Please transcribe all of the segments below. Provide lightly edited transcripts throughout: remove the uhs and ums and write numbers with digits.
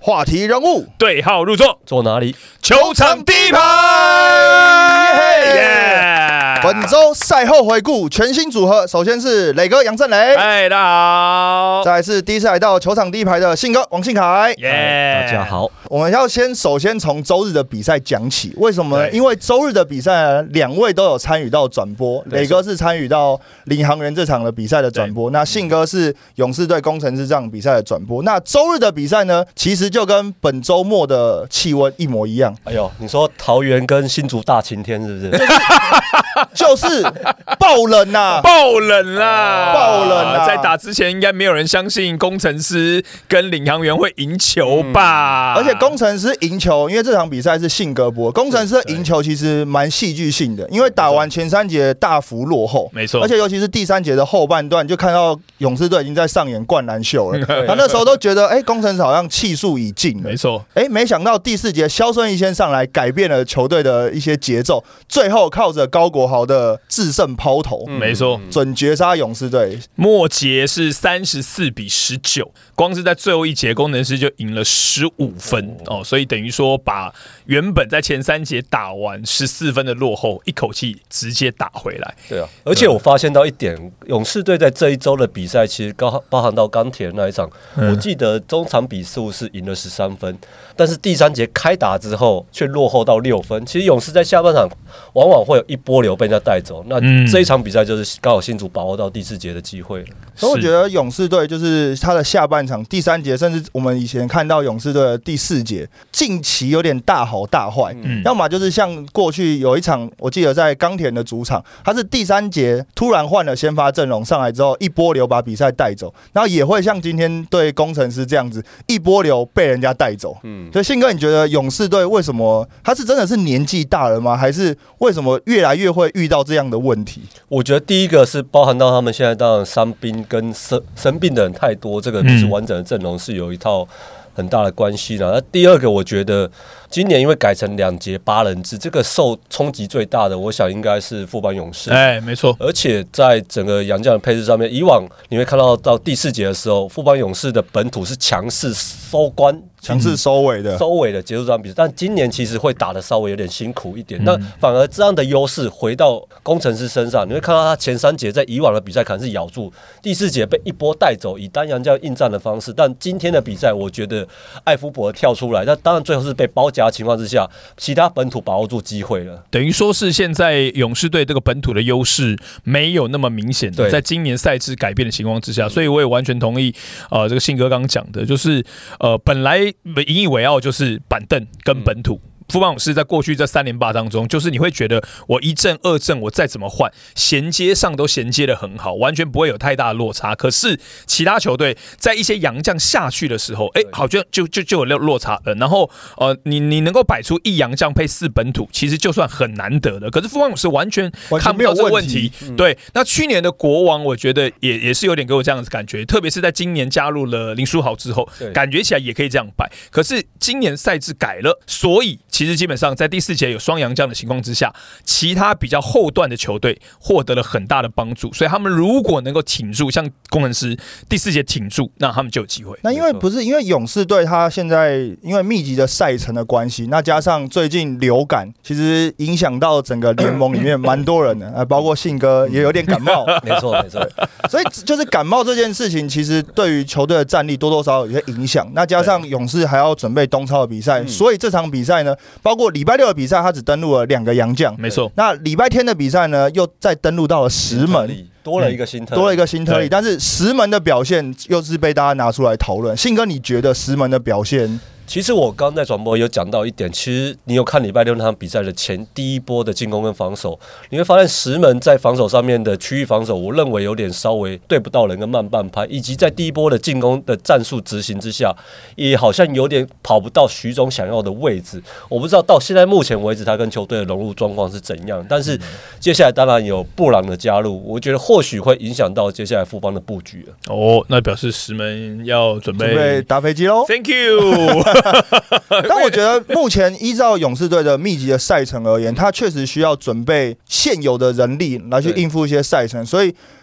话题人物对号入座， 坐哪里？ 球场第一排。 本周赛后回顾全新组合，首先是磊哥杨振磊， 大家好。 再来是第一次来到球场第一排的信哥王信凯， 大家好。 我们要首先从周日的比赛讲起，为什么呢？因为周日的比赛两位都有参与到转播，磊哥是参与到领航员这场的比赛的转播，那信哥是勇士队工程师这场比赛的转播。那周日的比赛呢，其实就跟本周末的气温一模一样。 哎呦，你说桃园跟新竹大晴天是不是？ 就是爆冷啊！ 爆冷啦！ 爆冷啊！ 在打之前，应该没有人相信工程师跟领航员会赢球吧？ 而且工程师赢球，因为这场比赛是信哥播，工程师的赢球其实蛮戏剧性的，因为打完前3节大幅落后， 没错。 而且尤其是第3节的后半段，就看到勇士队已经在上演灌篮秀了。他那时候都觉得，工程师好像气数已尽了。 没错。 没想到第4节萧顺义先上来改变了球队的一些节奏，最后靠着高国豪的制胜抛投， 没错， 准绝杀勇士队。 末节是34-19，光是在最后一节，工程师就赢了15分哦，所以等于说把原本在前3节打完14分的落后，一口气直接打回来。 对啊，而且我发现到一点，勇士队在这一周的比赛，其实包含到钢铁那一场，我记得中场比数是赢了13分，但是第3节开打之后却落后到6分。其实勇士在下半场往往会有一波流被人家带走，那这一场比赛就是刚好新竹把握到第4节的机会了。 所以我觉得勇士队就是他的下半场第3节，甚至我们以前看到勇士队的第4节，近期有点大好大坏，要么就是像过去有一场，我记得在钢铁的主场，他是第3节突然换了先发阵容上来之后，一波流把比赛带走，然后也会像今天对工程师这样子，一波流被人家带走。所以信哥，你觉得勇士队为什么他是真的是年纪大了吗？还是为什么越来越会遇到这样的问题？ 我觉得第一个是包含到他们现在当然伤兵跟生病的人太多，这个不是完整的阵容，是有一套很大的关系啦。那第二个，我觉得今年因为改成2节8人制，这个受冲击最大的，我想应该是富邦勇士。 没错。 而且在整个洋将的配置上面，以往你会看到第4节的时候，富邦勇士的本土是强势收官。 强势收尾的结束这场比赛，但今年其实会打得稍微有点辛苦一点。那反而这样的优势回到工程师身上，你会看到他前3节在以往的比赛可能是咬住，第4节被一波带走，以单洋将应战的方式。但今天的比赛，我觉得艾夫伯跳出来，那当然最后是被包夹的情况之下，其他本土把握住机会了。 等于说是现在勇士队这个本土的优势没有那么明显的，在今年赛制改变的情况之下，所以我也完全同意这个信哥刚刚讲的，就是本来引以为傲就是板凳跟本土。富邦勇士在过去这3连霸当中，就是你会觉得我1阵2阵我再怎么换，衔接上都衔接得很好，完全不会有太大的落差。可是其他球队在一些洋将下去的时候，好像就有落差了。然后你能够摆出1洋将配4本土，其实就算很难得的。可是富邦勇士完全看不到这个问题。对，那去年的国王，我觉得也是有点给我这样子感觉，特别是在今年加入了林书豪之后，感觉起来也可以这样摆。可是今年赛制改了，所以其实基本上在第4节有双洋将的情况之下，其他比较后段的球队获得了很大的帮助，所以他们如果能够挺住，像工程师第4节挺住，那他们就有机会。 那因为勇士队他现在因为密集的赛程的关系，那加上最近流感，其实影响到整个联盟里面蛮多人的，包括信哥也有点感冒。 没错。 所以就是感冒这件事情，其实对于球队的战力多多少少有些影响。那加上勇士还要准备东超的比赛，所以这场比赛呢，包括礼拜6的比赛，他只登录了2个洋将， 没错。 那礼拜天的比赛呢，又再登录到了石门， 多了一个新特例， 但是石门的表现又是被大家拿出来讨论。信哥，你觉得石门的表现？ 其实我刚在转播有讲到一点，其实你有看礼拜6那场比赛的第一波的进攻跟防守，你会发现石门在防守上面的区域防守，我认为有点稍微对不到人跟慢半拍，以及在第一波的进攻的战术执行之下，也好像有点跑不到徐总想要的位置。我不知道到现在目前为止他跟球队的融入状况是怎样，但是接下来当然有布朗的加入，我觉得或许会影响到接下来富邦的布局了。 那表示石门要准备打飞机喽。 Thank you 。 但我觉得目前依照勇士队的密集的赛程而言，他确实需要准备现有的人力来去应付一些赛程，所以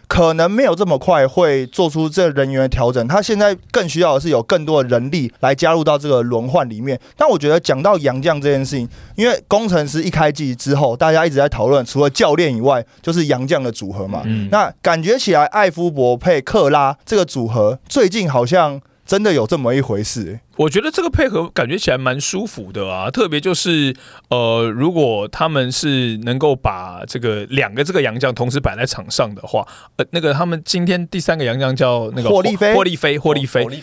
可能没有这么快会做出这人员的调整，他现在更需要的是有更多的人力来加入到这个轮换里面。但我觉得讲到洋将这件事情，因为工程师一开季之后，大家一直在讨论，除了教练以外，就是洋将的组合嘛。那感觉起来艾夫伯配克拉这个组合，最近好像真的有这么一回事。 我觉得这个配合感觉起来蛮舒服的啊，特别就是如果他们是能够把两个这个洋将同时摆在场上的话，那个他们今天第3个洋将叫那个霍利菲，霍利菲，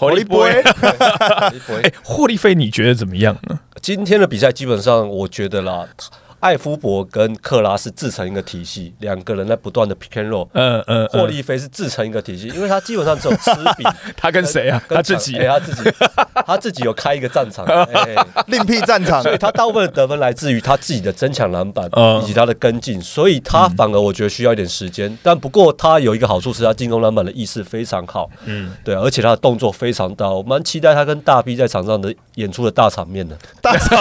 霍利菲，你觉得怎么样呢？ 今天的比赛基本上，我觉得啦。艾夫伯跟克拉是自成一个体系，两个人在不断的 pick and roll。霍利菲是自成一个体系，因为他基本上只有吃饼。 他跟谁啊？他自己， 他自己有开一个战场， 另辟战场， 所以他大部分的得分来自于他自己的增强篮板以及他的跟进，所以他反而我觉得需要一点时间。但不过他有一个好处是他进攻篮板的意识非常好，对，而且他的动作非常大，我蛮期待他跟大 B 在场上的演出的大场面的。 大场。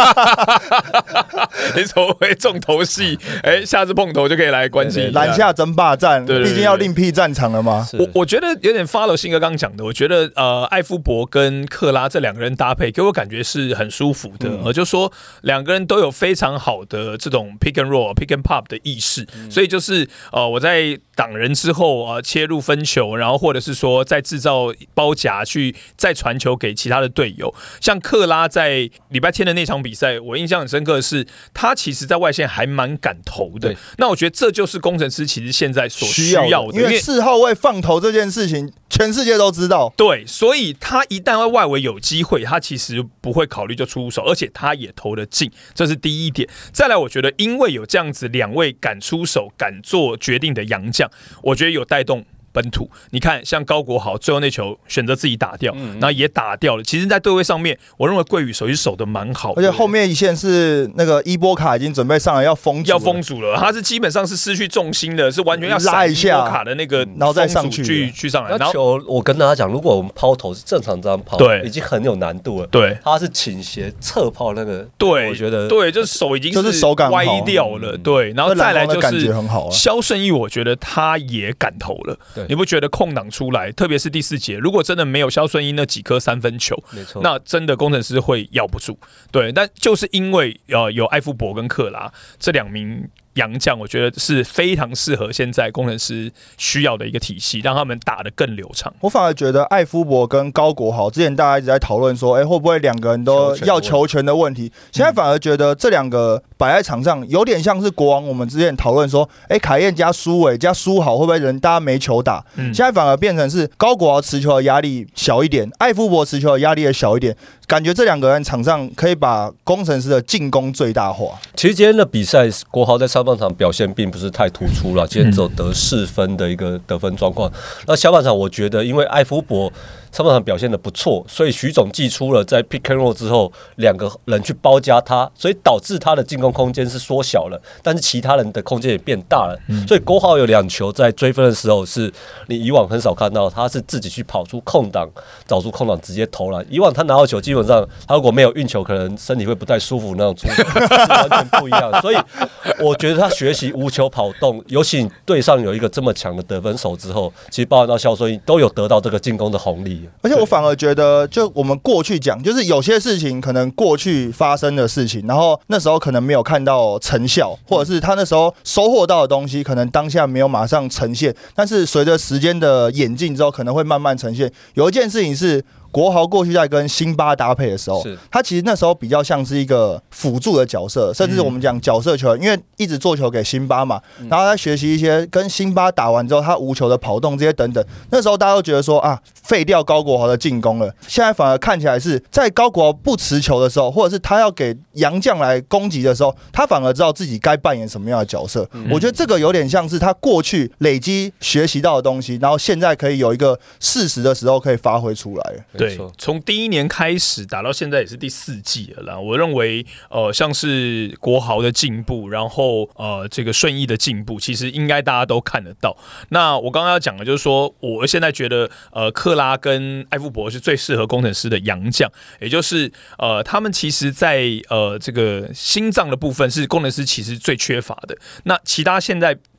你怎么会重头戏？下次碰头就可以来关心篮下争霸战，毕竟要另辟战场了吗？ 我觉得有点 follow 信哥刚讲的，我觉得艾夫伯跟克拉这两个人搭配，给我感觉是很舒服的。就说两个人都有非常好的这种 pick and roll、pick and pop 的意识，所以就是我在挡人之后切入分球，然后或者是说再制造包夹去再传球给其他的队友。像克拉在礼拜天的那场比赛，我印象很深刻的是，他其实在外线还蛮敢投的。那我觉得这就是工程师其实现在所需要的， 因为4号位放投这件事情，全世界都知道。 对，所以他一旦外围有机会，他其实不会考虑就出手，而且他也投得进，这是第一点。再来，我觉得因为有这样子2位敢出手、敢做决定的洋将，我觉得有带动本土。你看像高国豪最后那球选择自己打掉，然后也打掉了。其实在对位上面，我认为桂宇守得蛮好的， 而且后面一线是那个伊波卡已经准备上来要封阻了，他是基本上是失去重心的，是完全要拉一下伊波卡的那个然后再上去上来。 那球我跟大家讲，如果我们抛投是正常这样抛， 对， 已经很有难度了。 对， 他是倾斜侧抛那个， 对， 我觉得对，就是手已经就是手感歪掉了。对，然后再来就是肖胜义，我觉得他也敢投了。你不觉得空档出来，特别是第4节，如果真的没有肖顺义那几颗3分球，那真的工程师会咬不住。对，但就是因为有艾夫伯跟克拉这2名洋将，我觉得是非常适合现在工程师需要的一个体系，让他们打得更流畅。 我反而觉得艾夫伯跟高国豪之前大家一直在讨论说，会不会2个人都要球权的问题？现在反而觉得这2个摆在场上，有点像是国王。我们之前讨论说，凯燕加苏伟加苏豪会不会大家没球打？现在反而变成是高国豪持球的压力小一点，艾夫伯持球的压力也小一点。感觉这2个人场上可以把工程师的进攻最大化。 其实今天的比赛，国豪在上半场表现并不是太突出了，今天只有得4分的一个得分状况。那下半场我觉得，因为艾夫伯上半场表现得不错，所以许总寄出了在 pick and roll 之后2个人去包夹他，所以导致他的进攻空间是缩小了，但是其他人的空间也变大了。所以国豪有2球在追分的时候，是你以往很少看到，他是自己去跑出空档，找出空档直接投篮。以往他拿到球，基本上他如果没有运球，可能身体会不太舒服那种出手，是完全不一样。所以我觉得他学习无球跑动，尤其你队上有一个这么强的得分手之后，其实包含到肖顺义都有得到这个进攻的红利。 而且我反而觉得，就我们过去讲，就是有些事情可能过去发生的事情，然后那时候可能没有看到成效，或者是他那时候收获到的东西，可能当下没有马上呈现，但是随着时间的演进之后，可能会慢慢呈现。有一件事情是，国豪过去在跟辛巴搭配的时候，他其实那时候比较像是一个辅助的角色，甚至我们讲角色球员，因为一直做球给辛巴嘛，然后他学习一些跟辛巴打完之后他无球的跑动这些等等。那时候大家都觉得说废掉高国豪的进攻了，现在反而看起来是在高国豪不持球的时候，或者是他要给洋将来攻击的时候，他反而知道自己该扮演什么样的角色。我觉得这个有点像是他过去累积学习到的东西，然后现在可以有一个适时的时候可以发挥出来。 对，从第1年开始打到现在也是第4季了啦。我认为像是国豪的进步，然后这个顺义的进步，其实应该大家都看得到。那我刚刚要讲的就是说，我现在觉得克拉跟艾夫伯是最适合工程师的洋将，也就是他们其实在这个心脏的部分是工程师其实最缺乏的。那其他现在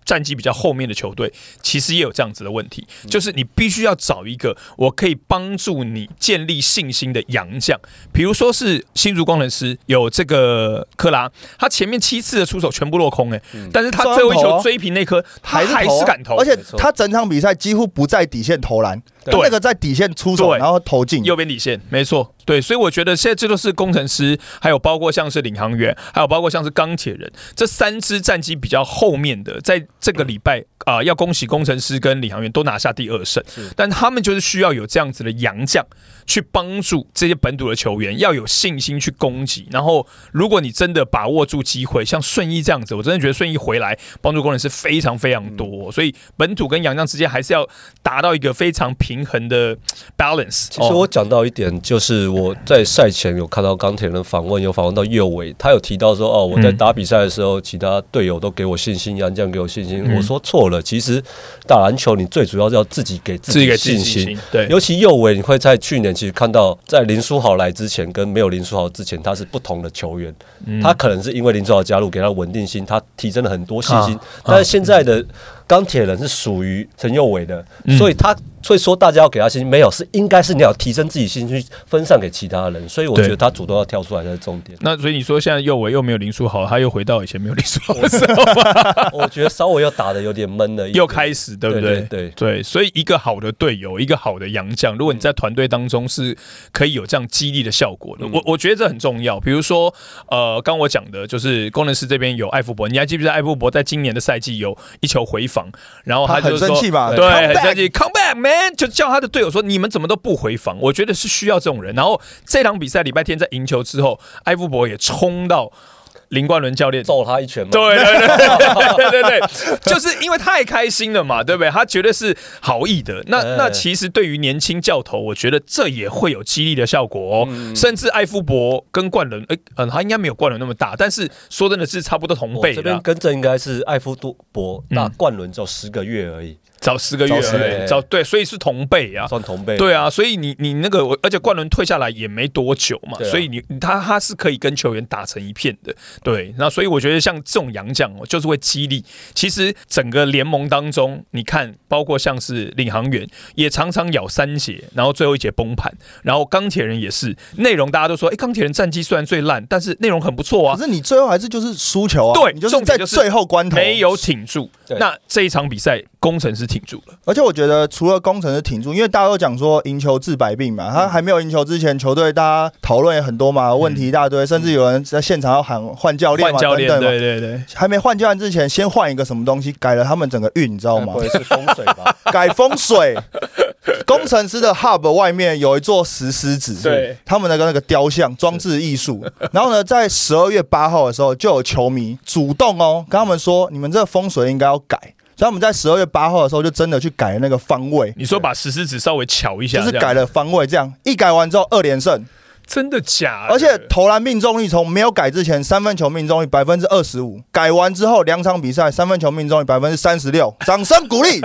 战绩比较后面的球队，其实也有这样子的问题，就是你必须要找一个我可以帮助你建立信心的洋将，比如说是新竹工程师有这个克拉，他前面7次的出手全部落空但是他最后一球追平那颗，他还是敢投， 而且他整场比赛几乎不在底线投篮，那个在底线出手，然后投进右边底线，没错。对，所以我觉得现在这都是工程师，还有包括像是领航员，还有包括像是钢铁人这3支战绩比较后面的，在这个礼拜要恭喜工程师跟领航员都拿下第2胜，但他们就是需要有这样子的洋将去帮助这些本土的球员，要有信心去攻击。然后，如果你真的把握住机会，像顺义这样子，我真的觉得顺义回来帮助工程师非常非常多，所以本土跟洋将之间还是要达到一个非常平衡的 balance。 其实我讲到一点，就是我在赛前有看到钢铁人访问，有访问到右伟，他有提到说，我在打比赛的时候，其他队友都给我信心，洋将给我信心。我说错了，其实打篮球你最主要是要自己给自己信心。对，尤其右伟，你会在去年其实看到，在林书豪来之前跟没有林书豪之前，他是不同的球员。他可能是因为林书豪加入，给他稳定性，他提升了很多信心。但是现在的钢铁人是属于陈佑伟的，所以他会说大家要给他信心，没有，是应该是你要提升自己信心，分散给其他人。所以我觉得他主动要跳出来才是重点。 那所以你说现在右伟又没有林书豪，他又回到以前没有林书豪的时候吗？ 我觉得稍微又打得有点闷了， 又开始对不对？ 对， 所以一个好的队友，一个好的洋将，如果你在团队当中是可以有这样激励的效果的，我觉得这很重要。比如说刚我讲的就是工程师这边有艾夫伯，你还记不记得艾夫伯在今年的赛季有一球回防，然后他就说很生气吧？ 对，很生气 ，Come back man， 就叫他的队友说你们怎么都不回防？我觉得是需要这种人。然后这场比赛礼拜天在赢球之后，艾夫伯也冲到林冠伦教练揍他一拳嘛？ 对，就是因为太开心了嘛，对不对？他绝对是好意的。那其实对于年轻教头，我觉得这也会有激励的效果甚至艾夫伯跟冠伦，他应该没有冠伦那么大，但是说真的是差不多同辈啦。 这边更正应该是艾夫伯大冠伦只有10个月而已。 早10个月，对，所以是同辈啊， 算同辈， 对啊，所以你那个，而且冠伦退下来也没多久嘛，所以他是可以跟球员打成一片的，对，那所以我觉得像这种洋将就是会激励。其实整个联盟当中，你看，包括像是领航员也常常咬3节，然后最后一节崩盘，然后钢铁人也是，内容大家都说，钢铁人战绩虽然最烂，但是内容很不错啊， 可是你最后还是就是输球啊， 对， 你就是在最后关头没有挺住。那这一场比赛，工程师挺住了， 而且我觉得除了工程师挺住，因为大家都讲说赢球治百病嘛，他还没有赢球之前，球队大家讨论也很多嘛，问题一大堆，甚至有人在现场要喊换教练嘛，等等嘛， 对， 还没换教练之前，先换一个什么东西，改了他们整个运，你知道吗？ 不会是风水吧？ 改风水。工程师的 Hub 外面有一座石狮子， 对， 他们的那个雕像装置艺术。然后呢，在12月8号的时候，就有球迷主动跟他们说，你们这个风水应该要改。所以他们在12月8号的时候，就真的去改了那个方位。 你说把石狮子稍微瞧一下， 就是改了方位，这样一改完之后2连胜。 真的假的？ 而且投篮命中率从没有改之前3分球命中率25%，改完之后2场比赛3分球命中率36%，掌声鼓励。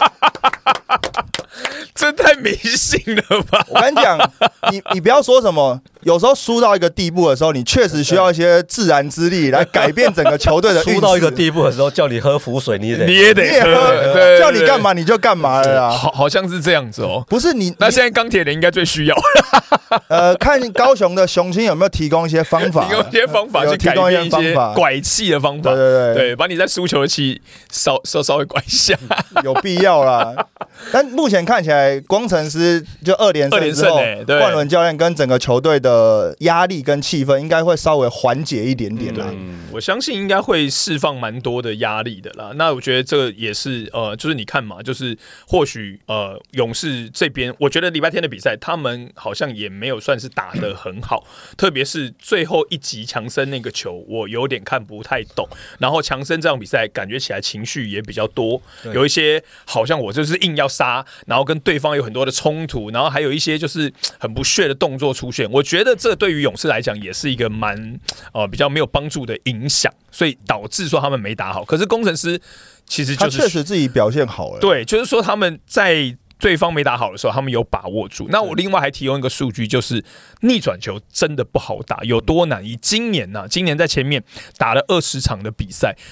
这太迷信了吧！ 我跟你讲，你不要说什么，有时候输到一个地步的时候，你确实需要一些自然之力来改变整个球队的运势。 输到一个地步的时候，叫你喝符水，你也得喝，对，叫你干嘛你就干嘛了啦。 好像是这样子不是你， 那现在钢铁人应该最需要。 看高雄的雄鹰有没有提供一些方法， 提供一些方法去改变一些拐气的方法，对，把你在输球的气稍微拐一下， 有必要啦。但目前看起来，工程师就2连胜之后，冠伦教练跟整个球队的压力跟气氛应该会稍微缓解一点点啦。 我相信应该会释放蛮多的压力的啦。那我觉得这也是就是你看嘛，就是或许勇士这边，我觉得礼拜天的比赛他们好像也没有算是打得很好，特别是最后一集强森那个球，我有点看不太懂。然后强森这场比赛感觉起来情绪也比较多，有一些好像我就是硬要杀，然后跟对方有很多的冲突，然后还有一些就是很不屑的动作出现。我觉得这对于勇士来讲也是一个蛮比较没有帮助的影响，所以导致说他们没打好。可是工程师其实就是他确实自己表现好了， 对，就是说他们在对方没打好的时候，他们有把握住。那我另外还提供一个数据，就是逆转球真的不好打，有多难？以今年在前面打了20场的比赛。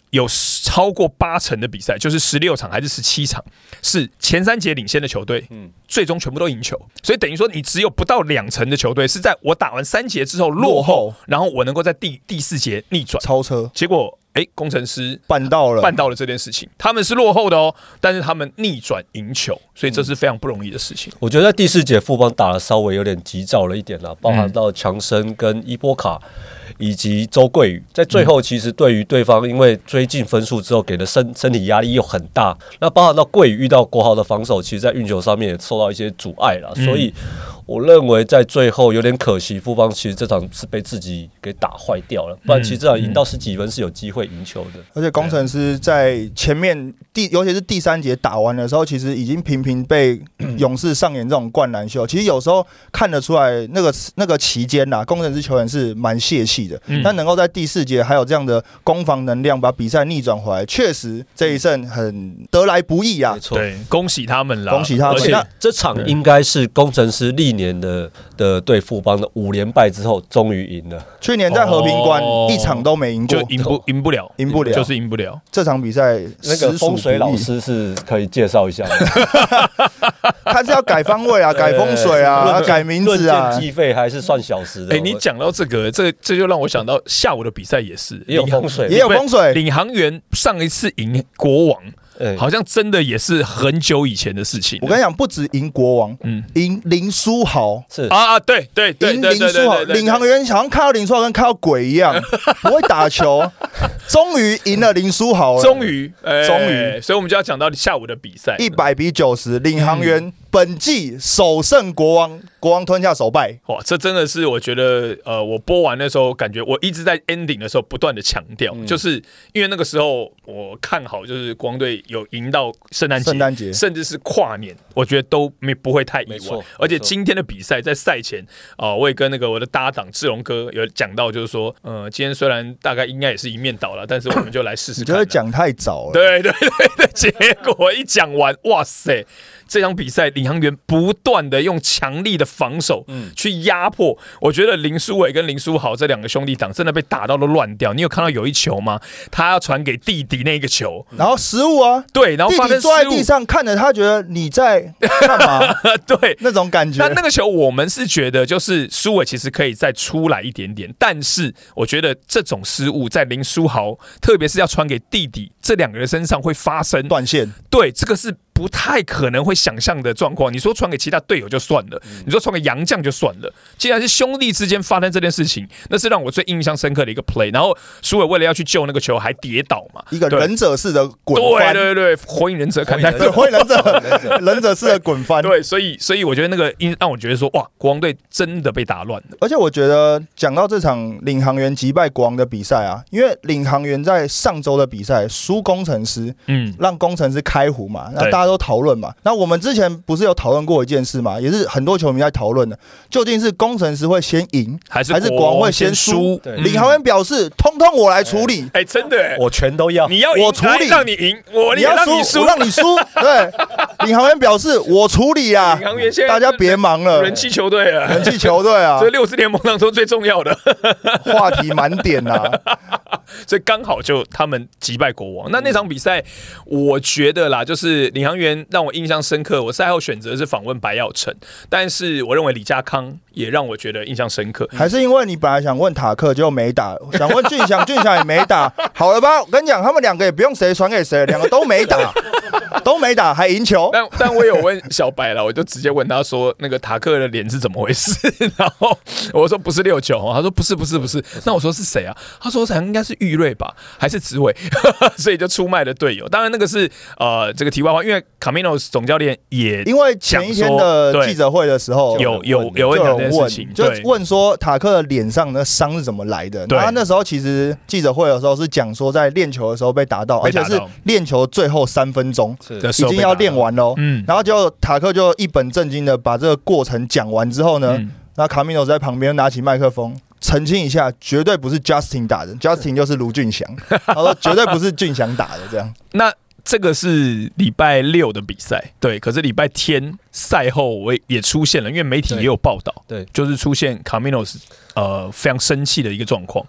有超过80%的比赛，就是16场还是17场，是前3节领先的球队，最终全部都赢球。所以等于说，你只有不到2成的球队是在我打完3节之后落后，然后我能够在第4节逆转超车。 结果，工程师办到了这件事情，他们是落后的哦，但是他们逆转赢球，所以这是非常不容易的事情。 我觉得在第4节富邦打得稍微有点急躁了一点啦，包含到强生跟伊波卡。以及周桂宇在最后，其实对于对方因为追进分数之后给的身体压力又很大，那包含到桂宇遇到国豪的防守，其实在运球上面也受到一些阻碍啦，所以我认为在最后有点可惜，富邦其实这场是被自己给打坏掉了，不然其实这场赢到10几分是有机会赢球的。 而且工程师在前面尤其是第3节打完的时候，其实已经频频被勇士上演这种灌篮秀。其实有时候看得出来，那个期间呐，工程师球员是蛮泄气的。但能够在第4节还有这样的攻防能量，把比赛逆转回来，确实这一胜很得来不易啊！ 没错， 对，恭喜他们啦！ 恭喜他们！ 而且这场应该是工程师历年的对富邦的5连败之后，终于赢了。 去年在和平关一场都没赢过， 就赢不了，就是赢不了。 这场比赛那个风水老师是可以介绍一下的。 他是要改方位啊，改风水啊，要改名字啊， 计费还是算小时的。 你讲到这就让我想到下午的比赛也是， 也有风水， 也有风水。 领航员上一次赢国王。好像真的也是很久以前的事情。 我跟你讲，不止赢国王，赢林书豪是对， 赢林书豪，领航员好像看到林书豪跟看到鬼一样，不会打球，终于赢了林书豪了， 终于，所以我们就要讲到下午的比赛 ，100比90，领航员本季首胜国王，国王吞下首败。 哇，这真的是我觉得，我播完的时候，感觉我一直在 ending 的时候不断的强调，就是因为那个时候我看好就是国王队有赢到圣诞节，甚至是跨年，我觉得都不会太意外。而且今天的比赛在赛前我也跟那个我的搭档志龙哥有讲到，就是说，今天虽然大概应该也是一面倒了，但是我们就来试试看。 你觉得讲太早了？ 对，结果一讲完，哇塞！这场比赛，领航员不断的用强力的防守去压迫，我觉得林书伟跟林书豪这2个兄弟党真的被打到都乱掉。你有看到有一球吗？他要传给弟弟那个球， 然后失误啊， 对，然后发生失误， 弟弟坐在地上看着他，觉得你在干嘛？ 对， 那种感觉。 那个球我们是觉得就是书伟其实可以再出来一点点，但是我觉得这种失误在林书豪，特别是要传给弟弟这2个人身上会发生断线。 对，这个是不太可能会想象的状况。你说传给其他队友就算了，你说传给洋将就算了，既然是兄弟之间发生这件事情，那是让我最印象深刻的一个 play。然后苏伟为了要去救那个球，还跌倒嘛， 一个忍者式的滚翻。 对，火影忍者看待， 火影忍者式的滚翻。 对，所以我觉得那个让我觉得说，哇，国王队真的被打乱了。 而且我觉得讲到这场领航员击败国王的比赛啊，因为领航员在上周的比赛输工程师，让工程师开胡嘛，那大家都讨论嘛。那我们之前不是有讨论过一件事嘛，也是很多球迷在讨论的，究竟是工程师会先赢，还是国王会先输？领航员表示，通通我来处理。 真的， 我全都要。 你要赢， 我处理， 让你赢； 你要输，我让你输。对，领航员表示，我处理啊。 领航员现在大家别忙了， 人气球队啊， 人气球队啊， 所以60联盟当中最重要的话题满点啊。 所以刚好就他们击败国王。那场比赛，我觉得啦，就是领航员让我印象深刻。我赛后选择是访问白耀成，但是我认为李家康也让我觉得印象深刻。 还是因为你本来想问塔克，结果没打；想问俊祥，俊祥也没打。好了吧，我跟你讲，他们2个也不用谁传给谁，2个都没打。都没打还赢球， 但我有问小白了，我就直接问他说，那个塔克的脸是怎么回事？然后我说不是69，他说不是，那我说是谁啊？他说应该是玉瑞吧，还是子伟？所以就出卖了队友。当然那个是这个题外话，因为 Caminos 总教练也因为前一天的记者会的时候有问这件事情， 就问说塔克的脸上的伤是怎么来的？然后那时候其实记者会的时候是讲说在练球的时候被打到，而且是练球最后3分钟。已经要练完喽，然后就塔克就一本正经的把这个过程讲完之后呢，那卡米诺在旁边拿起麦克风澄清一下，绝对不是 Justin 打的 ，Justin 就是卢俊祥，他说绝对不是俊祥打的这样。 那这个是礼拜6的比赛，对，可是礼拜天赛后我也出现了，因为媒体也有报道，对，就是出现 Caminos 非常生气的一个状况。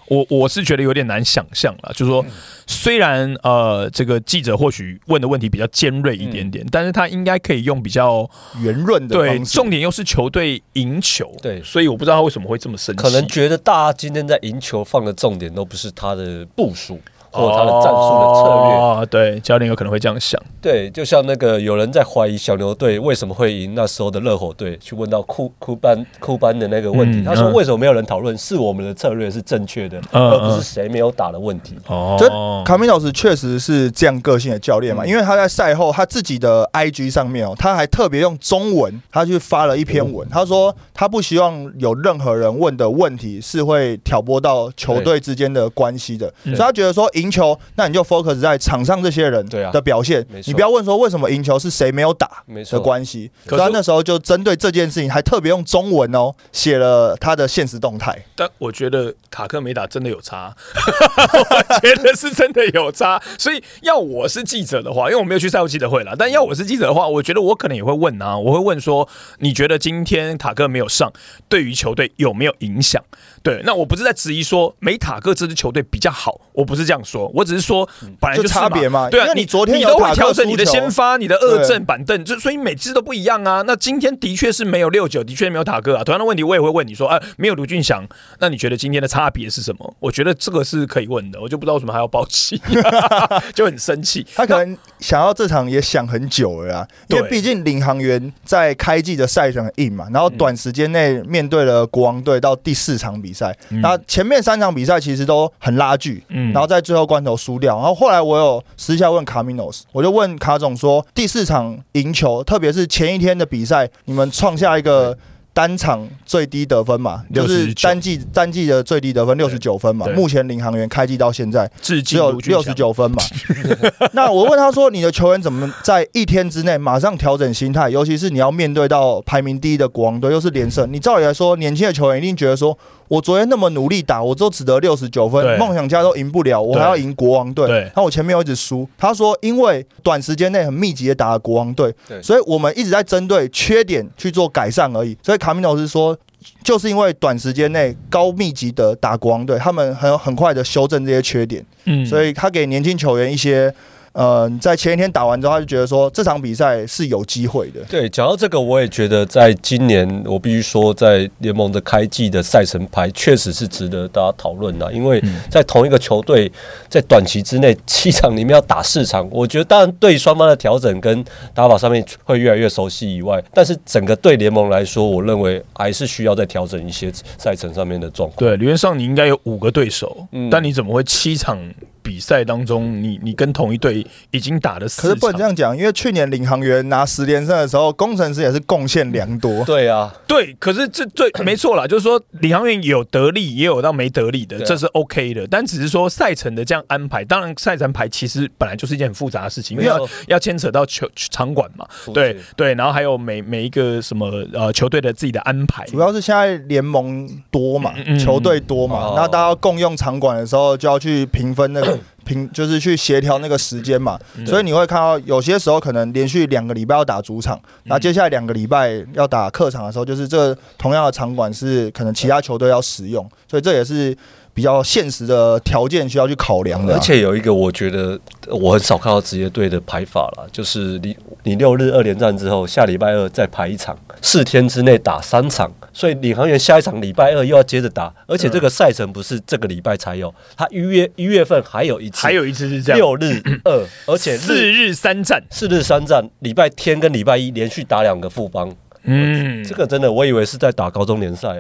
我是觉得有点难想象啦，就是说，虽然这个记者或许问的问题比较尖锐一点点，但是他应该可以用比较圆润的方式， 对，重点又是球队赢球， 对， 所以我不知道他为什么会这么生气， 可能觉得大家今天在赢球放的重点都不是他的部署。或者他的战术的策略， 对，教练有可能会这样想。 对，就像那个有人在怀疑小牛队为什么会赢那时候的热火队，去问到库班的那个问题，他说为什么没有人讨论是我们的策略是正确的，而不是谁没有打的问题。 这卡米诺斯确实是这样个性的教练嘛，因为他在赛后他自己的 IG 上面他还特别用中文，他去发了一篇文，他说他不希望有任何人问的问题是会挑拨到球队之间的关系的，所以他觉得说赢球，那你就 focus 在场上这些人的表现，你不要问说为什么赢球是谁没有打的关系。所以他那时候就针对这件事情，还特别用中文写了他的限时动态。 但我觉得卡克没打真的有差，我觉得是真的有差。所以要我是记者的话，因为我没有去赛后记者会啦，但要我是记者的话，我觉得我可能也会问啊，我会问说，你觉得今天塔克没有上，对于球队有没有影响？对，那我不是在质疑说没塔克这支球队比较好，我不是这样说，我只是说本来就是差别嘛。 对啊， 你昨天你都会调整你的先发、你的二阵、板凳，所以每次都不一样啊。那今天的确是没有69，的确没有塔克啊。同样的问题我也会问你说，没有卢俊祥，那你觉得今天的差别是什么？我觉得这个是可以问的，我就不知道为什么还要爆气，就很生气。 他可能想要这场也想很久了啊，因为毕竟领航员在开季的赛程很硬嘛，然后短时间内面对了国王队到第4场比赛，那前面3场比赛其实都很拉锯，然后在最后关头输掉。然后后来我有私下问卡米诺斯，我就问卡总说，第4场赢球，特别是前一天的比赛，你们创下一个单场最低得分嘛，就是单季的最低得分69分嘛。目前领航员开季到现在只有69分嘛。那我问他说，你的球员怎么在1天之内马上调整心态？尤其是你要面对到排名第1的国王队，又是连胜，你照理来说，年轻的球员一定觉得说，我昨天那么努力打，我都只得69分，梦想家都赢不了，我还要赢国王队。那我前面又一直输。他说，因为短时间内很密集的打了国王队，所以我们一直在针对缺点去做改善而已。所以卡米诺斯说，就是因为短时间内高密集的打国王队，他们很快的修正这些缺点，所以他给年轻球员一些。在前一天打完之后，他就觉得说这场比赛是有机会的。 对，讲到这个，我也觉得在今年，我必须说，在联盟的开季的赛程排确实是值得大家讨论的。因为在同一个球队，在短期之内7场里面要打4场，我觉得当然对双方的调整跟打法上面会越来越熟悉以外，但是整个对联盟来说，我认为还是需要再调整一些赛程上面的状况。 对，理论上你应该有5个对手，但你怎么会7场？比赛当中，你跟同一队已经打了4场， 可是不能这样讲，因为去年领航员拿10连胜的时候，工程师也是贡献良多。 对啊， 对，可是这对没错啦，就是说领航员有得利，也有到没得利的，这是 OK 的。但只是说赛程的这样安排，当然赛程排其实本来就是一件很复杂的事情，因为要牵扯到场馆嘛，对，然后还有每一个什么球队的自己的安排， 主要是现在联盟多嘛，球队多嘛，那大家共用场馆的时候就要去评分那个。就是去协调那个时间嘛，所以你会看到有些时候可能连续2个礼拜要打主场，那接下来2个礼拜要打客场的时候，就是这同样的场馆是可能其他球队要使用，所以这也是比较现实的条件需要去考量的。 而且有一个我觉得我很少看到职业队的排法啦，就是你6日2连战之后，下礼拜2再排1场，4天之内打3场，所以领航员下一场礼拜2又要接着打，而且这个赛程不是这个礼拜才有，他1月份还有一次是这样 ，6日2，而且 4日3 战，礼拜天跟礼拜1连续打2个富邦。这个真的，我以为是在打高中联赛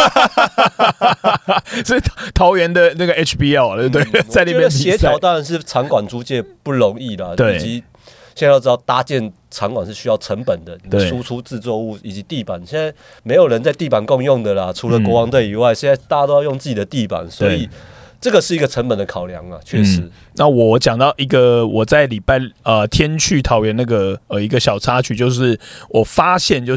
是桃园的那个 HBL 对不对？在那边协调当然是场馆租借不容易啦，以及现在要知道搭建场馆是需要成本的，你的输出制作物以及地板，现在没有人在地板共用的啦，除了国王队以外，现在大家都要用自己的地板，所以这个是一个成本的考量啊，确实。 那我讲到一个我在礼拜天去桃园那个一个小插曲，就是我发现就是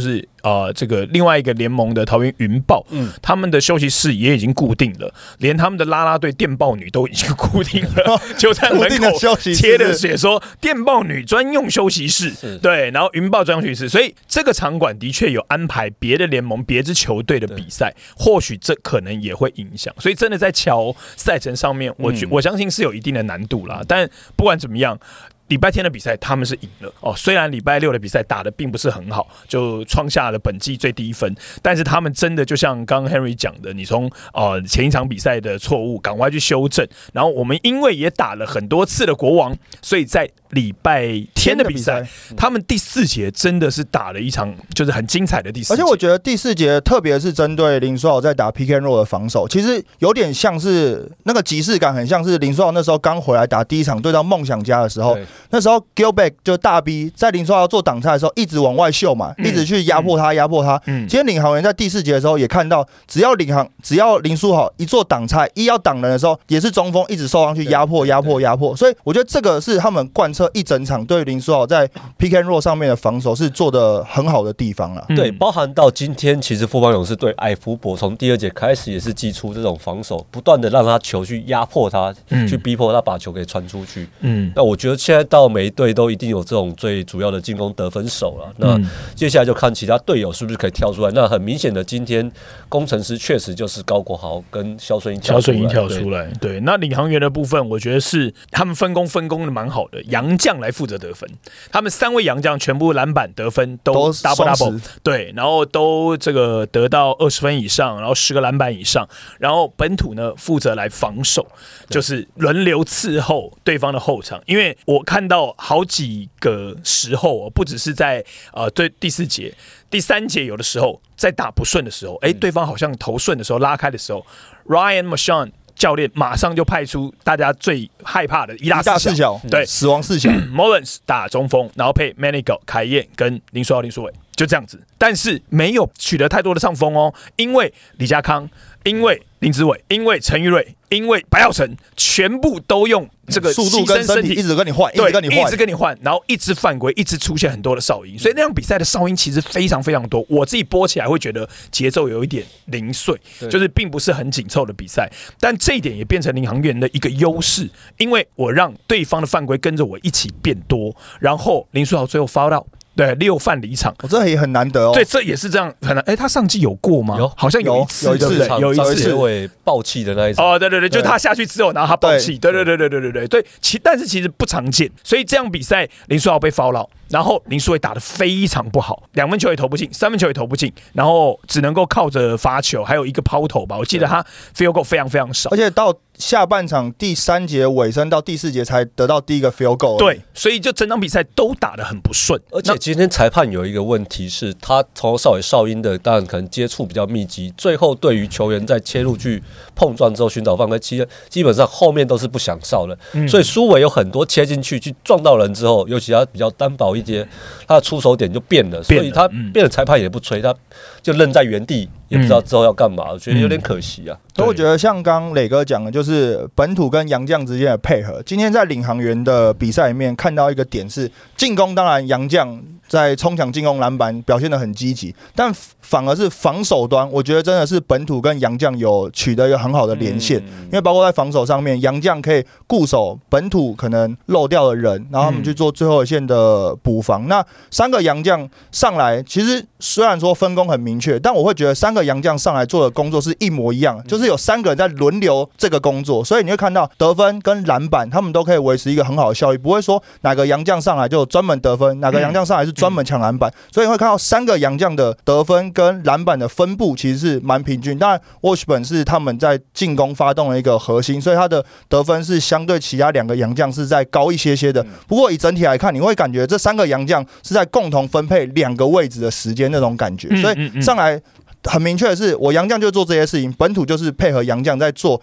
这个另外一个联盟的桃园云豹，他们的休息室也已经固定了，连他们的啦啦队电报女都已经固定了，就在门口贴的写说电报女专用休息室，对，然后云豹专用休息室，所以这个场馆的确有安排别的联盟、别支球队的比赛，或许这可能也会影响，所以真的在瞧赛程上面，我相信是有一定的难度啦，但不管怎么样。礼拜天的比赛他们是赢了哦，虽然礼拜六的比赛打得并不是很好，就创下了本季最低分，但是他们真的就像刚刚 Henry 讲的，你从前一场比赛的错误赶快去修正，然后我们因为也打了很多次的国王，所以在礼拜天的比赛，他们第4节真的是打了一场就是很精彩的第4节， 而且我觉得第4节特别是针对林书豪在打 pick and roll 的防守，其实有点像是那个即视感，很像是林书豪那时候刚回来打第一场对到梦想家的时候。那时候 Gilbeck 就大 B 在林书豪做挡拆的时候，一直往外秀嘛，一直去压迫他。今天领航员在第4节的时候也看到，只要林书豪一做挡拆，一要挡人的时候，也是中锋一直受上去压迫。所以我觉得这个是他们贯彻一整场对林书豪在 pick and roll 上面的防守是做得很好的地方啦。 对，包含到今天，其实富邦勇士对艾福伯从第2节开始也是祭出这种防守，不断的让他球去压迫他，去逼迫他把球给传出去。那我觉得现在到每一队都一定有这种最主要的进攻得分手了。那接下来就看其他队友是不是可以跳出来。那很明显的，今天工程师确实就是高国豪跟肖顺英跳出来。 对，那领航员的部分，我觉得是他们分工的蛮好的，洋将来负责得分，他们3位洋将全部篮板得分都 double， 对，然后都这个得到20分以上，然后10个篮板以上，然后本土呢负责来防守，就是轮流伺候对方的后场，因为我看到好几个时候，不只是在对第4节、第3节，有的时候在打不顺的时候，对方好像投顺的时候拉开的时候 ，Ryan Marchand 教练马上就派出大家最害怕的一大四小，对， 死亡4小 ，Mullins 打中锋，然后配 Manigault 凯燕跟林书豪、林书伟，就这样子，但是没有取得太多的上风哦，因为李家康。因为林子伟，因为陈玉瑞，因为白耀成，全部都用这个速度跟身体一直跟你换， 一直跟你换，然后一直犯规，一直出现很多的哨音，所以那场比赛的哨音其实非常非常多。我自己播起来会觉得节奏有一点零碎，就是并不是很紧凑的比赛。但这一点也变成领航员的一个优势，因为我让对方的犯规跟着我一起变多，然后林书豪最后foul out。对，6犯离场， 这也很难得哦。 对，这也是这样很难。他上季有过吗？好像有一次， 有一次结尾爆气的那一次。 哦，对，就是他下去之后，然后他爆气。对，但是其实不常见，所以这样比赛林书豪被foul out，然后林书伟打得非常不好，2分球也投不进，3分球也投不进，然后只能够靠着罚球，还有一个抛投吧。我记得他 field goal 非常非常少， 而且到下半场第3节尾声到第4节才得到第一个 field goal。 对，所以就整场比赛都打得很不顺， 而且今天裁判有一个问题是，他从头到尾哨音的，当然可能接触比较密集，最后对于球员在切入去碰撞之后寻找犯规，基本上后面都是不想哨的。所以苏伟有很多切进去撞到人之后，尤其他比较单薄一些，他的出手点就变了，所以他变了，裁判也不吹，他就愣在原地，也不知道之后要干嘛，我觉得有点可惜啊。 所以我觉得像刚磊哥讲的，就是本土跟洋将之间的配合。今天在领航员的比赛里面看到一个点是，进攻当然洋将在冲抢进攻篮板表现得很积极，但反而是防守端，我觉得真的是本土跟洋将有取得一个很好的连线，因为包括在防守上面，洋将可以固守本土可能漏掉的人，然后他们去做最后一线的补防。那3个洋将上来，其实虽然说分工很明确，但我会觉得3个洋将上来做的工作是一模一样，就是有3个人在轮流这个工作，所以你会看到得分跟篮板他们都可以维持一个很好的效率，不会说哪个洋将上来就专门得分，哪个洋将上来是专门抢篮板，所以你会看到3个洋将的得分跟篮板的分布其实是蛮平均。当然 Washburn 是他们在进攻发动的一个核心，所以他的得分是相对其他2个洋将是在高一些的。不过以整体来看，你会感觉这3个洋将是在共同分配2个位置的时间那种感觉，所以上来很明确的是，我洋将就做这些事情，本土就是配合洋将在做，所以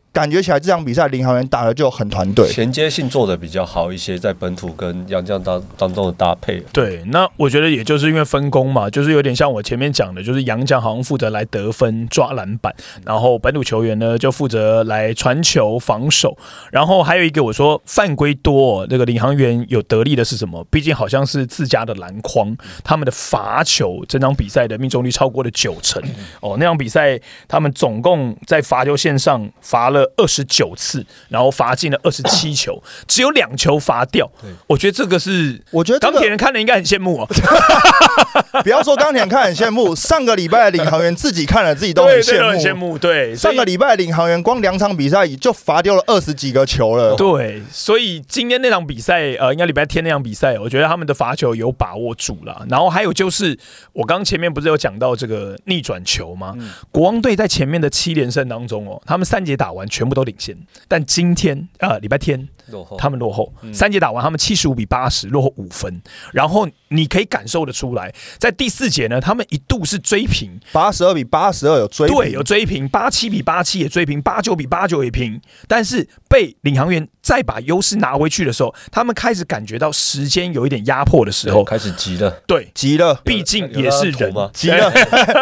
感觉起来这场比赛领航员打的就很团队， 衔接性做的比较好一些，在本土跟洋将当中的搭配。 对，那我觉得也就是因为分工嘛，就是有点像我前面讲的，就是洋将好像负责来得分、抓篮板，然后本土球员呢就负责来传球、防守，然后还有一个我说犯规多，这个领航员有得利的是什么？毕竟好像是自家的篮筐，他们的罚球整场比赛的命中率超过了90%哦。那场比赛他们总共在罚球线上罚了29次，然后罚进了27球，只有2球罚掉。我觉得这个是， 我觉得钢铁人看了应该很羡慕哦。 不要说钢铁人看很羡慕，上个礼拜的领航员自己看了自己都很羡慕。对， 上个礼拜的领航员光2场比赛就罚丢了20几个球了。 对，所以今天那场比赛，应该礼拜天那场比赛，我觉得他们的罚球有把握住了。然后还有就是，我刚前面不是有讲到这个逆转球吗？国王队在前面的7连胜当中哦，他们3节打完全部都领先，但今天礼拜天他们落后，3节打完他们75-80落后5分，然后你可以感受得出来，在第4节呢，他们一度是追平 ，82-82有追平， 对，有追平，87-87也追平，89-89也平，但是被领航员再把优势拿回去的时候，他们开始感觉到时间有一点压迫的时候， 开始急了， 对， 急了， 毕竟也是人， 急了，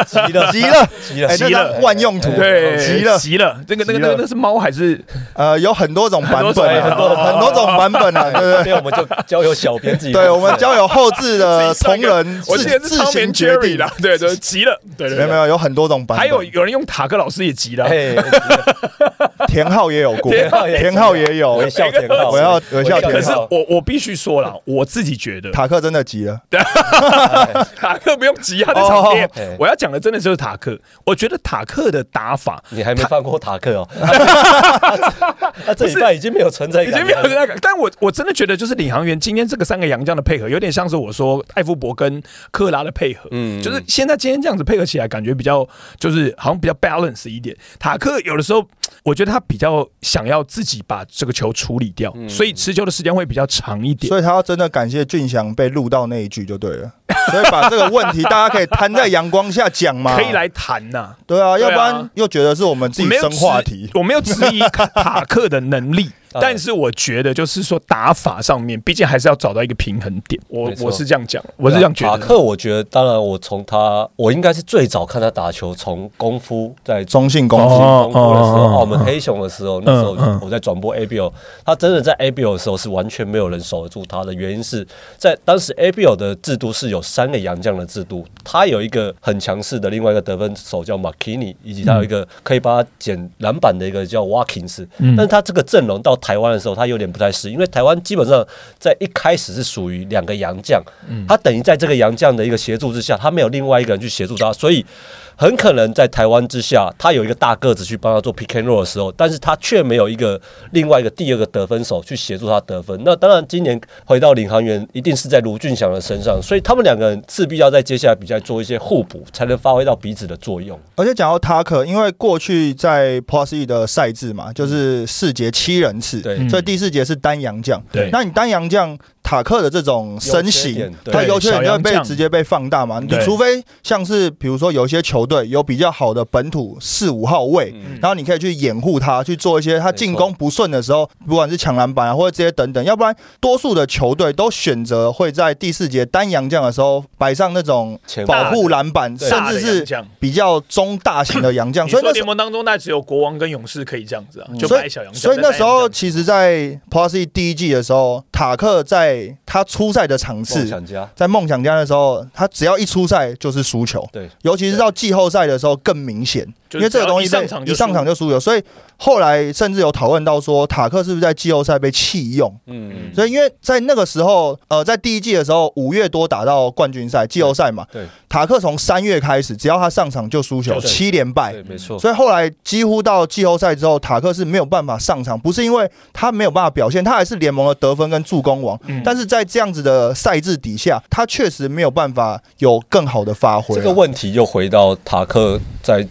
万用途， 对，急了，那是猫还是有很多种版本，很多种版本啊，对不对？ 我们就交由小编自己， 对，我们交由后制的同仁自行决定啦，对，急了，对， 没有很多种版本， 还有人用塔克老师也急了， 田浩也有过，田浩也有， 微笑田浩， 微笑田浩。 可是我必须说了，我自己觉得塔克真的急了， 塔克不用急啊，在场边。我要讲的真的就是塔克，我觉得塔克的打法， 你还没放过塔克哦，他这礼拜已经没有存在感， 已经没有存在感。但我真的觉得，就是领航员今天这个3个洋将的配合，有点像是我说艾夫伯跟克拉的配合，就是今天这样子配合起来，感觉比较就是好像比较 balance 一点。塔克有的时候，我觉得他比较想要自己把这个球处理掉，所以持球的时间会比较长一点。 所以他要真的感谢俊祥被录到那一句就对了。所以把这个问题大家可以摊在阳光下讲嘛， 可以来谈呐。 对啊，要不然又觉得是我们自己生话题。 我没有质疑塔克的能力。但是我觉得，就是说打法上面，毕竟还是要找到一个平衡点。我是这样讲，我是这样觉得。 塔克，我觉得，当然，我应该是最早看他打球，从功夫在中信功夫的时候，澳门黑熊的时候，那时候我在转播 ABL， 他真的在 ABL 的时候是完全没有人守得住他的，原因是在当时 ABL 的制度是有3个洋将的制度，他有一个很强势的另外一个得分手叫 McKinney， 以及他有一个可以帮他捡篮板的一个叫 Watkins， 但是他这个阵容到台湾的时候，他有点不太适应，因为台湾基本上在一开始是属于2个洋将，他等于在这个洋将的一个协助之下，他没有另外一个人去协助他，所以很可能在台湾之下，他有一个大个子去帮他做 pick and roll 的时候，但是他却没有另外一个第2个得分手去协助他得分。那当然，今年回到领航员，一定是在卢俊祥的身上，所以他们2个人势必要在接下来比赛做一些互补，才能发挥到彼此的作用。 而且讲到塔克，因为过去在 Plus E 的赛制嘛，就是4节7人次，所以第4节是单洋将。那你单洋将塔克的这种身形，他优缺点就会直接被放大嘛。你除非像是比如说有一些球队有比较好的本土4、5号位，然后你可以去掩护他，去做一些他进攻不顺的时候，不管是抢篮板啊或者这些等等，要不然多数的球队都选择会在第4节单洋将的时候摆上那种保护篮板，甚至是比较中大型的洋将。 所以联盟当中大概只有国王跟勇士可以这样子啊，就摆小洋将。 所以那时候其实，在 Plus E 第1季的时候，塔克在他出赛的场次，在梦想家的时候，他只要一出赛就是输球，尤其是到季后赛的时候更明显，因为这个东西一上场就输球，所以后来甚至有讨论到说，塔克是不是在季后赛被弃用？所以因为在那个时候，在第1季的时候，5月多打到冠军赛、季后赛嘛，塔克从3月开始，只要他上场就输球，7连败， 对，没错。 所以后来几乎到季后赛之后，塔克是没有办法上场，不是因为他没有办法表现，他还是联盟的得分跟助攻王，但是在这样子的赛制底下，他确实没有办法有更好的发挥。 这个问题又回到塔克在打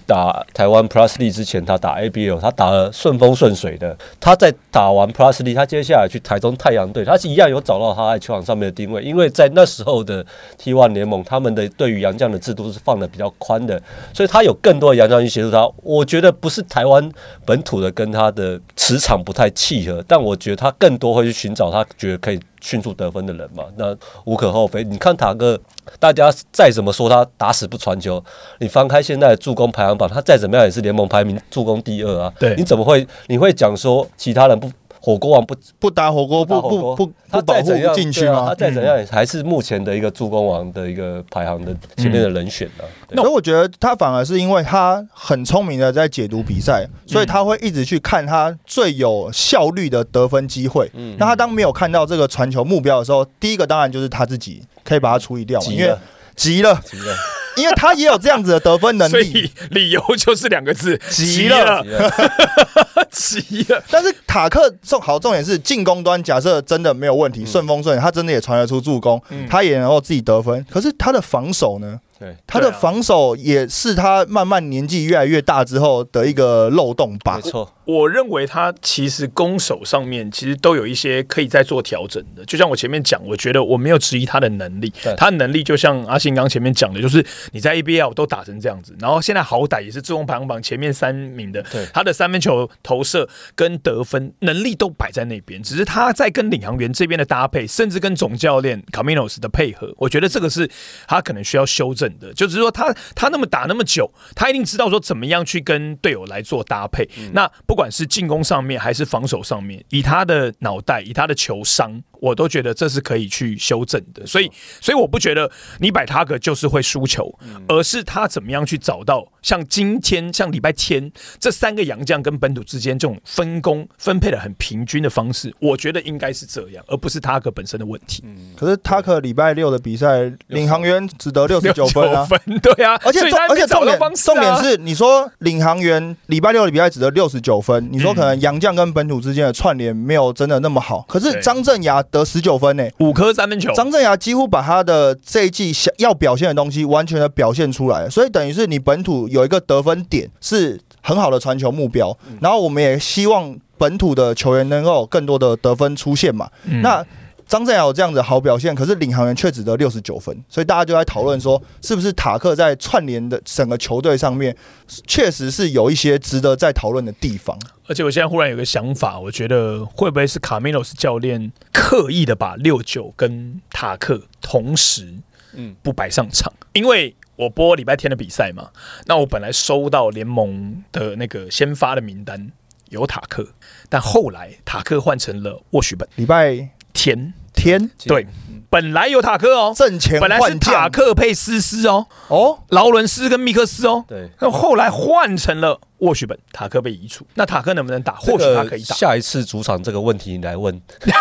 台湾 Plus League 之前，他打 ABL， 他打了顺风顺水的。他在打完 Plus League， 他接下来去台中太阳队，他是一样有找到他在球场上面的定位，因为在那时候的 T1 联盟，他们的对于洋将的制度是放的比较宽的，所以他有更多的洋将去协助他。我觉得不是台湾本土的跟他的磁场不太契合，但我觉得他更多会去寻找他觉得可以迅速得分的人嘛，那无可厚非。你看塔克，大家再怎么说他打死不传球，你翻开现在的助攻排行榜，他再怎么样也是联盟排名助攻第2啊。 对， 你会讲说其他人火锅王不打火锅不保护禁区吗？ 他再怎样还是目前的一个助攻王的一个排行的前面的人选啊。 所以我觉得他反而是因为他很聪明的在解读比赛，所以他会一直去看他最有效率的得分机会。那他当没有看到这个传球目标的时候，第一个当然就是他自己可以把它处理掉嘛，因为急了。因为他也有这样子的得分能力， 所以理由就是2个字：急了。急了。 但是塔克重点是进攻端，假设真的没有问题，顺风顺水，他真的也传得出助攻，他也能够自己得分。可是他的防守呢？他的防守也是他慢慢年纪越来越大之后的一个漏洞吧。 没错， 我认为他其实攻守上面其实都有一些可以再做调整的。就像我前面讲，我觉得我没有质疑他的能力，他的能力就像阿信刚前面讲的，就是你在 ABL 都打成这样子，然后现在好歹也是助攻排行榜前面3名的，他的三分球投射跟得分能力都摆在那边，只是他在跟领航员这边的搭配，甚至跟总教练 Caminos 的配合，我觉得这个是他可能需要修正的。就是说他那么打那么久，他一定知道说怎么样去跟队友来做搭配。那不管是进攻上面还是防守上面，以他的脑袋，以他的球商，我都觉得这是可以去修正的。所以我不觉得你摆他个就是会输球，而是他怎么样去找到像今天、像礼拜天这3个洋将跟本土之间这种分工分配的很平均的方式，我觉得应该是这样，而不是他个本身的问题。 可是他可礼拜6的比赛，领航员只得69分啊。 对啊， 而且重点是，你说领航员礼拜6的比赛只得69分，你说可能洋将跟本土之间的串联没有真的那么好，可是张镇衙得19分呢 ，5颗三分球， 张镇衙几乎把他的这一季要表现的东西完全的表现出来了，所以等于是你本土有一个得分点是很好的传球目标，然后我们也希望本土的球员能够有更多的得分出现嘛，那张镇衙有这样子的好表现，可是领航员却只得69分，所以大家就在讨论说，是不是塔克在串联的整个球队上面，确实是有一些值得再讨论的地方。 而且我现在忽然有个想法，我觉得会不会是卡米诺斯教练刻意的把69跟塔克同时不摆上场？因为我播礼拜天的比赛嘛，那我本来收到联盟的那个先发的名单有塔克，但后来塔克换成了沃许本。 礼拜天对， 本来有塔克哦， 阵前本来是塔克配斯哦，劳伦斯跟密克斯哦， 对， 那后来换成了沃许本，塔克被移除，那塔克能不能打？或许他可以打。 下一次主场这个问题你来问，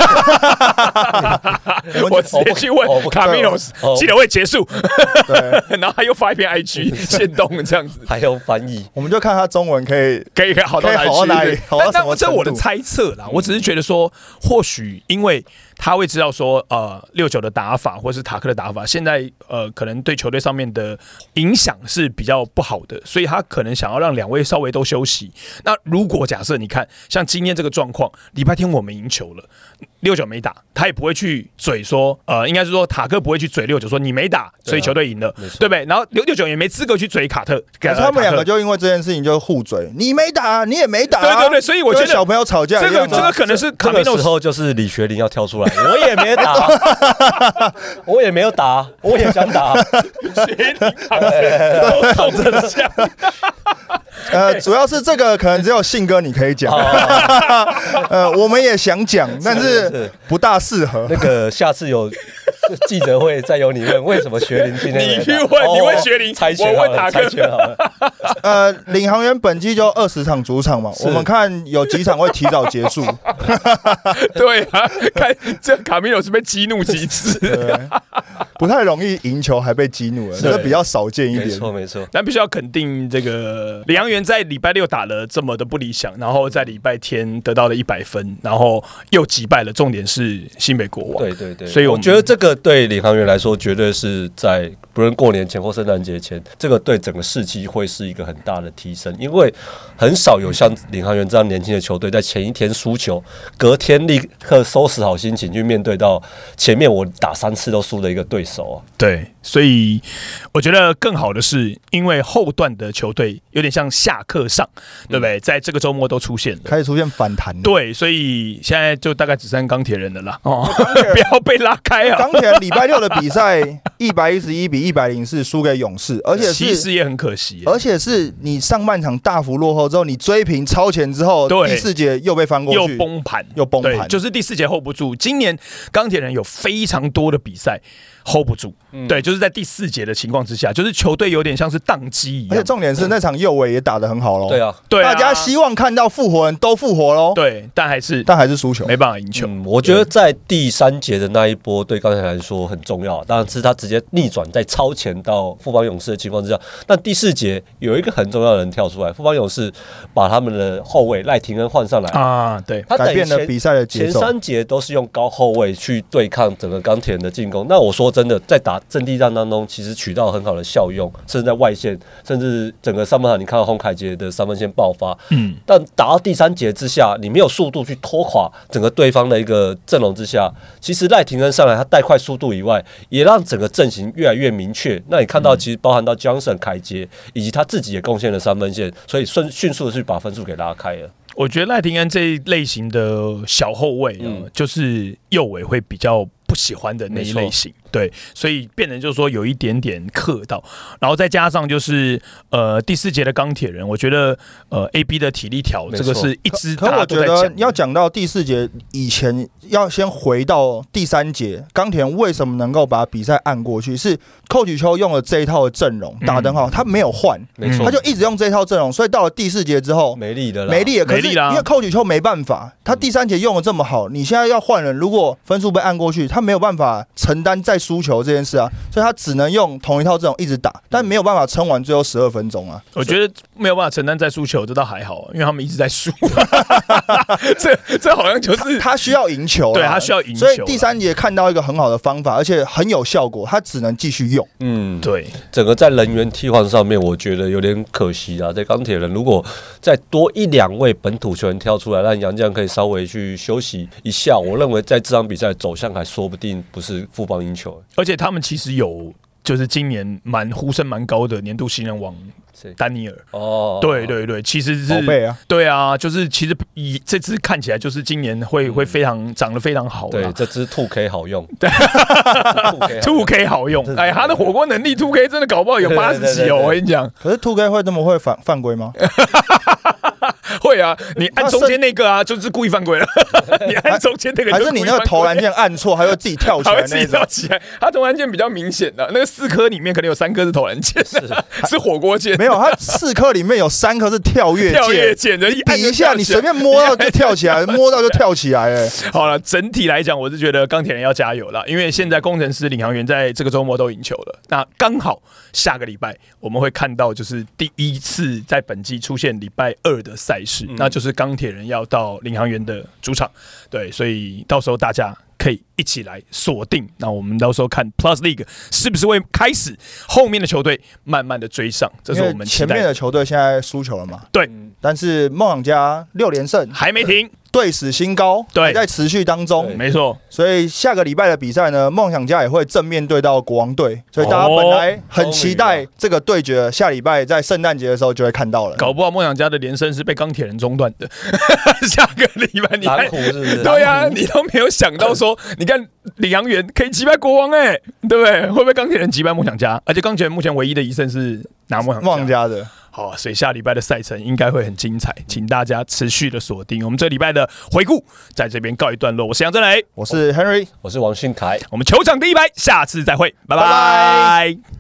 我直接去问卡米诺斯，记者会结束，然后他又发一篇 IG 限动这样子， 还有翻译， 我们就看他中文可以好到哪里去。 但这我的猜测啦，我只是觉得说，或许因为他会知道说，69的打法或是塔克的打法，现在可能对球队上面的影响是比较不好的，所以他可能想要让2位稍微都休息。那如果假设你看像今天这个状况，礼拜天我们赢球了，69没打，他也不会去嘴说，应该是说塔克不会去嘴69说你没打，所以球队赢了，对不对？然后69也没资格去嘴卡特， 可是他们2个就因为这件事情就互嘴，你没打，你也没打， 对，所以我觉得小朋友吵架这个可能是这个时候就是李学林要跳出来，我也没打，我也没有打，我也想打， 学林都中得像。 主要是这个可能只有信哥你可以讲，我们也想讲，但是不大适合。 那个下次有记者会再由你问为什么学林今天你问学林，我问塔克好了。 领航员本季就20场主场嘛，我们看有几场会提早结束。 对啊，看这卡米诺是被激怒几次。 不太容易赢球还被激怒了，这比较少见一点。 没错。 但必须要肯定这个领航员在礼拜六打了这么的不理想，然后在礼拜天得到了100分，然后又击败了重点是新北国王。 对， 所以我觉得这个对领航员来说，绝对是在不论过年前或圣诞节前，这个对整个士气会是一个很大的提升，因为很少有像领航员这样年轻的球队，在前一天输球，隔天立刻收拾好心情去面对到前面我打3次都输的一个对手啊。 对，所以我觉得更好的是，因为后段的球队有点像下课上，对不对？在这个周末都出现了， 开始出现反弹。 对，所以现在就大概只剩钢铁人了啦。不要被拉开啊！ 钢铁人礼拜六的比赛111比104输给勇士，而且是其实也很可惜， 而且是你上半场大幅落后之后，你追平超前之后，第4节又被翻过去，又崩盘， 就是第4节 hold 不住。今年钢铁人有非常多的比赛 hold 不住，对，就是在第4节的情况之下，就是球队有点像是宕机一样。 而且重点是那场右尾也打得很好咯。 对啊， 大家希望看到复活人都复活咯。 对，但还是输球， 没办法赢球。 我觉得在第3节的那一波对钢铁人来说很重要，当然是他直接逆转在超前到富邦勇士的情况之下。但第4节有一个很重要的人跳出来，富邦勇士把他们的后卫赖廷恩换上来啊，对， 他改变了比赛的节奏。 前3节都是用高后卫去对抗整个钢铁人的进攻。那我说真的，在打阵地战当中，其实取到很好的效用，甚至在外线，甚至整个上半场，你看到洪凯杰的3分线爆发。但打到第3节之下，你没有速度去拖垮整个对方的一个阵容之下，其实赖廷恩上来，他带快速度以外，也让整个阵型越来越明确。那你看到，其实包含到 Johnson、凯杰，以及他自己也贡献了3分线，所以迅速的去把分数给拉开了。 我觉得赖廷恩这一类型的小后卫，就是右尾会比较不喜欢的那一类型，对，所以变成就是说有一点点克到，然后再加上就是第4节的钢铁人，我觉得AB 的体力条这个是一直大家都在讲。 可我觉得要讲到第4节以前，要先回到第3节，钢铁人为什么能够把比赛按过去？是寇举秋用了这一套的阵容打得很好，他没有换， 没错， 他就一直用这一套阵容，所以到了第4节之后没力的啦， 没力了。可是因为寇举秋没办法，他第3节用的这么好，你现在要换人，如果分数被按过去，他没有办法承担再输球这件事啊，所以他只能用同一套阵容一直打，但没有办法撑完最后12分钟啊。 我觉得没有办法承担再输球，这倒还好，因为他们一直在输。这好像就是他需要赢球， 对，他需要赢球。 所以第3节看到一个很好的方法，而且很有效果，他只能继续用。 对， 整个在人员替换上面，我觉得有点可惜啊。在钢铁人如果再多1-2位本土球员跳出来，让洋将可以稍微去休息一下，我认为在这场比赛走向还说不定不是富邦赢球。 而且他们其实有就是今年呼声蛮高的年度新人王丹尼尔对，其实是宝贝啊， 对啊，就是其实以这支看起来就是今年会非常长得非常好， 对，这支 2K 好用， 对，2K 好用，哎，他的火锅能力 2K 真的搞不好有80几哦，我跟你讲。 可是 2K 会这么会犯规吗？ 会啊，你按中间那个啊，就是故意犯规了。你按中间那个， 还是你那个投篮键按错，还会自己跳起来那种？ 他投篮键比较明显的，那个4颗里面可能有3颗是投篮键，是火锅键。 没有，他4颗里面有3颗是跳跃键，比一下你随便摸到就跳起来，摸到就跳起来了。 好了，整体来讲，我是觉得钢铁人要加油了，因为现在工程师、领航员在这个周末都赢球了。那刚好下个礼拜我们会看到，就是第1次在本季出现礼拜2的赛事，那就是钢铁人要到领航员的主场。对，所以到时候大家可以一起来锁定。那我们到时候看 Plus League 是不是会开始后面的球队慢慢的追上，这是我们期待的。 前面的球队现在输球了嘛？ 对， 但是梦想家6连胜还没停。 队史新高，还在持续当中， 没错。 所以下个礼拜的比赛呢，梦想家也会正面对到国王队，所以大家本来很期待这个对决，下礼拜在圣诞节的时候就会看到了。 搞不好梦想家的连胜是被钢铁人中断的。下个礼拜你看， 是不是？ 对啊，你都没有想到说，你看领航员可以击败国王，对不对？会不会钢铁人击败梦想家？而且钢铁人目前唯一的一胜是拿梦想家的。好，所以下礼拜的赛程应该会很精彩，请大家持续的锁定我们这礼拜的回顾，在这边告一段落。我是杨振雷， 我是 Henry， 我是王信凯， 我们球场第1排，下次再会，拜拜。